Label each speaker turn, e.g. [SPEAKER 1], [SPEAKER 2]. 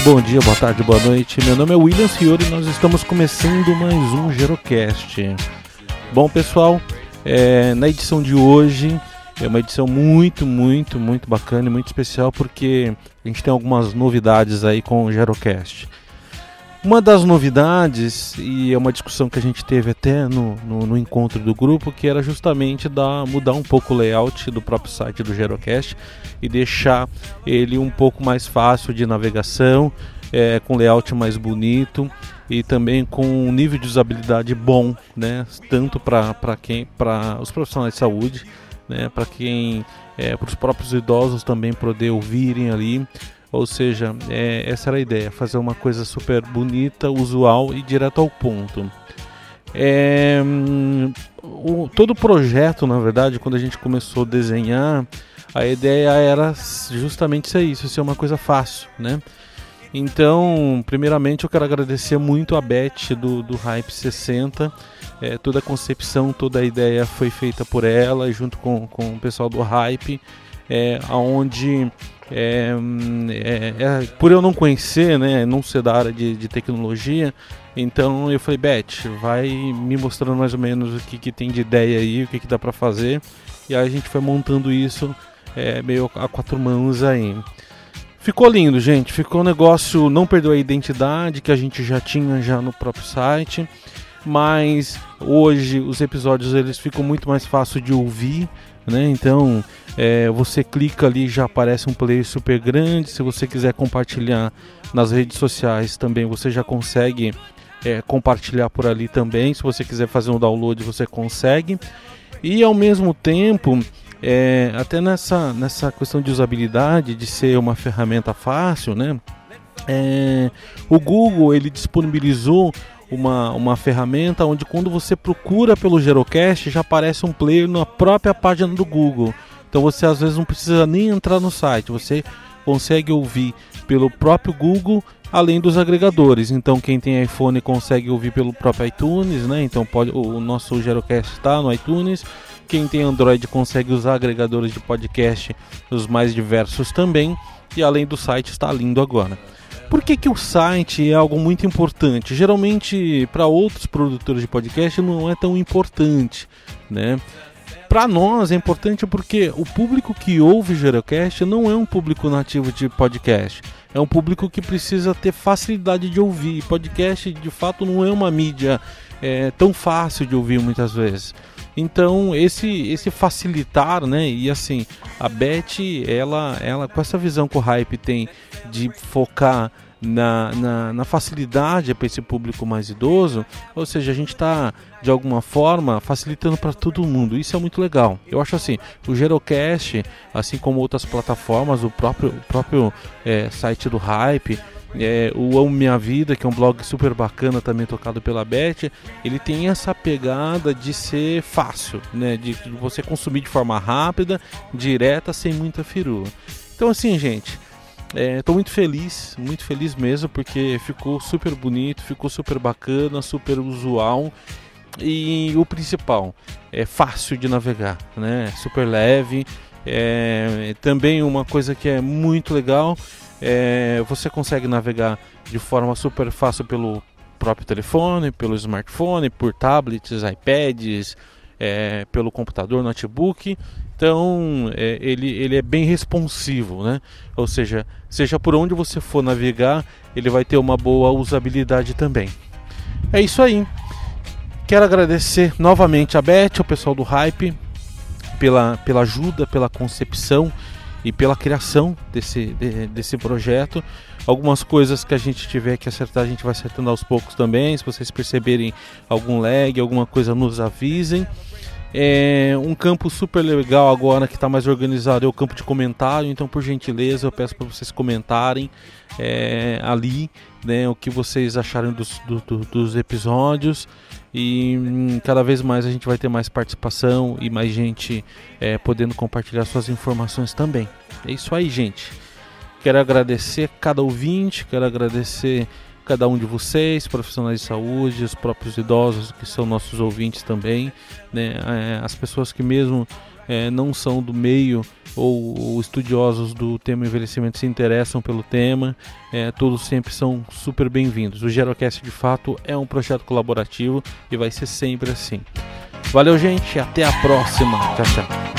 [SPEAKER 1] bom dia, boa tarde, boa noite. Meu nome é William Fiore e nós estamos começando mais um Gerocast. Bom, pessoal, na edição de hoje é uma edição muito bacana e muito especial porque a gente tem algumas novidades aí com o Gerocast. Uma das novidades, e é uma discussão que a gente teve até no encontro do grupo, que era justamente mudar um pouco o layout do próprio site do Gerocast e deixar ele um pouco mais fácil de navegação, com layout mais bonito e também com um nível de usabilidade bom, né? Tanto para os profissionais de saúde, né? Para os próprios idosos também poder ouvirem ali. Ou seja, essa era a ideia, fazer uma coisa super bonita, usual e direto ao ponto. Todo o projeto, na verdade, quando a gente começou a desenhar, a ideia era justamente isso, ser uma coisa fácil, né? Então, primeiramente eu quero agradecer muito a Beth do Hype 60, toda a concepção, toda a ideia foi feita por ela, junto com o pessoal do Hype, onde... por eu não conhecer, né, não ser da área de tecnologia, então eu falei, Beth, vai me mostrando mais ou menos o que tem de ideia aí, o que dá para fazer, e aí a gente foi montando isso meio a quatro mãos aí. Ficou lindo, gente, ficou um negócio, não perdeu a identidade que a gente já tinha já no próprio site, mas hoje os episódios eles ficam muito mais fácil de ouvir, né? Então você clica ali, já aparece um player super grande. Se você quiser compartilhar nas redes sociais também, você já consegue compartilhar por ali também. Se você quiser fazer um download, você consegue. E ao mesmo tempo, até nessa questão de usabilidade, de ser uma ferramenta fácil, né? O Google ele disponibilizou uma ferramenta onde quando você procura pelo Gerocast já aparece um player na própria página do Google. Então você às vezes não precisa nem entrar no site, você consegue ouvir pelo próprio Google, além dos agregadores. Então quem tem iPhone consegue ouvir pelo próprio iTunes, né? Então o nosso Gerocast está no iTunes. Quem tem Android consegue usar agregadores de podcast, os mais diversos também. E além do site está lindo agora. Por que o site é algo muito importante? Geralmente, para outros produtores de podcast, não é tão importante, né? Para nós é importante porque o público que ouve Gerocast não é um público nativo de podcast. É um público que precisa ter facilidade de ouvir. Podcast, de fato, não é uma mídia tão fácil de ouvir muitas vezes. Então, esse facilitar, né? E assim, a Beth, ela com essa visão que o Hype tem de focar na facilidade para esse público mais idoso, ou seja, a gente está de alguma forma facilitando para todo mundo. Isso é muito legal. Eu acho assim, o Gerocast, assim como outras plataformas, o próprio site do Hype, o Amo Minha Vida, que é um blog super bacana também tocado pela Beth, ele tem essa pegada de ser fácil, né? De você consumir de forma rápida, direta, sem muita firula. Então assim, gente, estou muito feliz mesmo, porque ficou super bonito, ficou super bacana, super usual e o principal, é fácil de navegar, né? Super leve, também uma coisa que é muito legal, você consegue navegar de forma super fácil pelo próprio telefone, pelo smartphone, por tablets, iPads, pelo computador, notebook. Então ele é bem responsivo, né? Ou seja por onde você for navegar, ele vai ter uma boa usabilidade também. É isso aí. Quero agradecer novamente a Beth, ao pessoal do Hype, pela ajuda, pela concepção e pela criação desse projeto. Algumas coisas que a gente tiver que acertar, a gente vai acertando aos poucos também. Se vocês perceberem algum lag, alguma coisa, nos avisem. Um campo super legal agora que está mais organizado é o campo de comentário. Então, por gentileza, eu peço para vocês comentarem ali, né, o que vocês acharam dos episódios. E cada vez mais a gente vai ter mais participação e mais gente podendo compartilhar suas informações também. É isso aí, gente. Quero agradecer cada ouvinte, quero agradecer cada um de vocês, profissionais de saúde, os próprios idosos que são nossos ouvintes também, né? As pessoas que mesmo não são do meio ou estudiosos do tema envelhecimento se interessam pelo tema, todos sempre são super bem-vindos. O Gerocast de fato é um projeto colaborativo e vai ser sempre assim. Valeu, gente, até a próxima. Tchau, tchau.